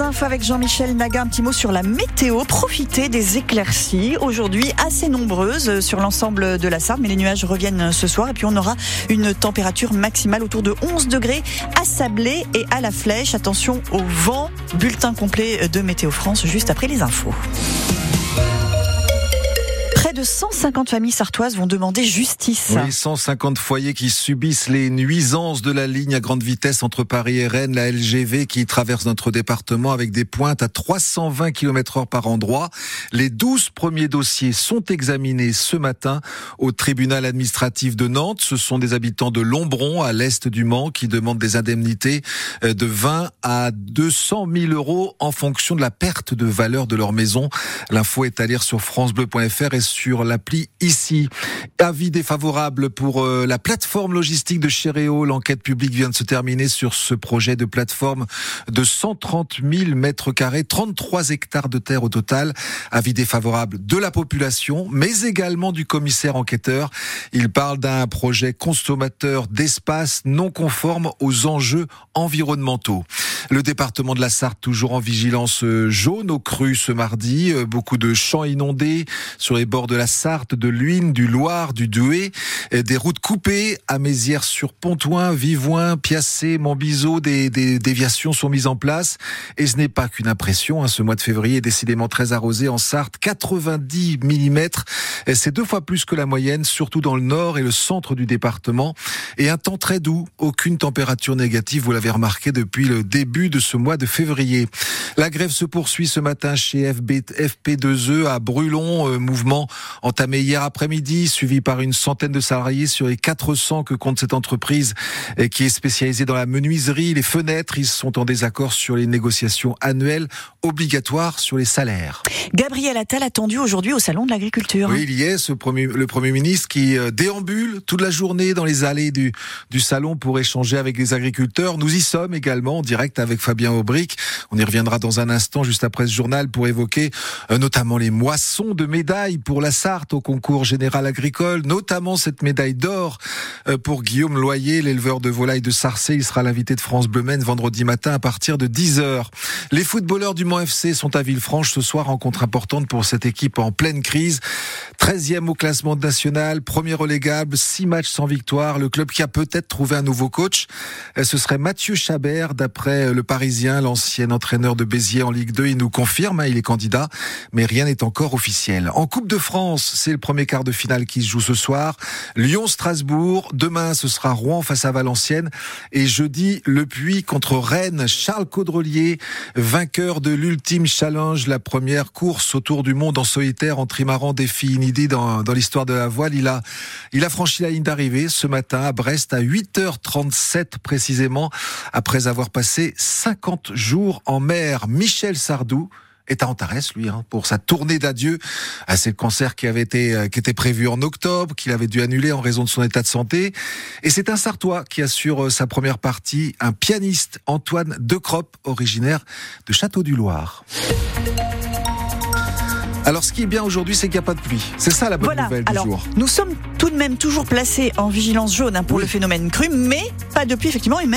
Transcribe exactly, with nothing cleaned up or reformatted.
infos avec Jean-Michel Naga, un petit mot sur la météo. Profitez des éclaircies, aujourd'hui assez nombreuses sur l'ensemble de la Sarthe, mais les nuages reviennent ce soir et puis on aura une température maximale autour de onze degrés à Sablé et à La Flèche. Attention au vent. Bulletin complet de Météo France juste après les infos. Près de cent cinquante familles sartoises vont demander justice. Oui, cent cinquante foyers qui subissent les nuisances de la ligne à grande vitesse entre Paris et Rennes, la L G V qui traverse notre département avec des pointes à trois cent vingt kilomètres heure par endroit. Les douze premiers dossiers sont examinés ce matin au tribunal administratif de Nantes. Ce sont des habitants de Lombron, à l'est du Mans, qui demandent des indemnités de vingt à deux cent mille euros en fonction de la perte de valeur de leur maison. L'info est à lire sur francebleu point fr et sur l'appli ici. Avis défavorable pour euh, la plateforme logistique de Chéréo. L'enquête publique vient de se terminer sur ce projet de plateforme de cent trente mille mètres carrés, trente-trois hectares de terre au total. Avis défavorable de la population, mais également du commissaire enquêteur. Il parle d'un projet consommateur d'espace non conforme aux enjeux environnementaux. Le département de la Sarthe, toujours en vigilance jaune aux crues ce mardi. Beaucoup de champs inondés sur les bords de la Sarthe, de l'Huisne, du Loir, du Douai. Des routes coupées à Mézières-sur-Pontoin, Vivoin, Piacé, Montbiseau. Des, des déviations sont mises en place. Et ce n'est pas qu'une impression. Hein. Ce mois de février est décidément très arrosé en Sarthe. quatre-vingt-dix millimètres. C'est deux fois plus que la moyenne, surtout dans le nord et le centre du département. Et un temps très doux. Aucune température négative, vous l'avez remarqué, depuis le début de ce mois de février. La grève se poursuit ce matin chez F P deux E à Brulon. Euh, mouvement entamé hier après-midi, suivi par une centaine de salariés sur les quatre cents que compte cette entreprise et qui est spécialisée dans la menuiserie, les fenêtres. Ils sont en désaccord sur les négociations annuelles obligatoires sur les salaires. Gabriel Attal attendu aujourd'hui au Salon de l'Agriculture. Oui, il y est, ce premier, le Premier ministre qui déambule toute la journée dans les allées du, du Salon pour échanger avec les agriculteurs. Nous y sommes également en direct avec Fabien Aubric. On y reviendra dans un instant, juste après ce journal, pour évoquer euh, notamment les moissons de médailles pour la Sarthe au concours général agricole, notamment cette médaille d'or euh, pour Guillaume Loyer, l'éleveur de volailles de Sarcey. Il sera l'invité de France Bleu Maine vendredi matin à partir de dix heures. Les footballeurs du Mans F C sont à Villefranche ce soir, rencontre importante pour cette équipe en pleine crise. treizième au classement national, premier relégable, six matchs sans victoire. Le club qui a peut-être trouvé un nouveau coach, ce serait Mathieu Chabert, d'après Le Parisien, l'ancien entraîneur de Béziers en Ligue deux. Il nous confirme, hein, il est candidat, mais rien n'est encore officiel. En Coupe de France, c'est le premier quart de finale qui se joue ce soir. Lyon-Strasbourg. Demain, ce sera Rouen face à Valenciennes. Et jeudi, Le Puy contre Rennes. Charles Caudrelier, vainqueur de l'Ultime Challenge, la première course autour du monde en solitaire en trimaran défi inédit dans, dans l'histoire de la voile. Il a, il a franchi la ligne d'arrivée ce matin à Brest à huit heures trente-sept précisément, après avoir passé cinquante jours en mer. Michel Sardou est à Antares, lui, hein, pour sa tournée d'adieu. Ah, c'est le concert qui avait été, euh, qui était prévu en octobre, qu'il avait dû annuler en raison de son état de santé. Et c'est un Sartois qui assure euh, sa première partie, un pianiste, Antoine Decroppe, originaire de Château-du-Loir. Alors, ce qui est bien aujourd'hui, c'est qu'il n'y a pas de pluie. C'est ça la bonne voilà. nouvelle du Alors, jour. Nous sommes tout de même toujours placés en vigilance jaune hein, pour oui. le phénomène crue, mais pas de pluie, effectivement. Et même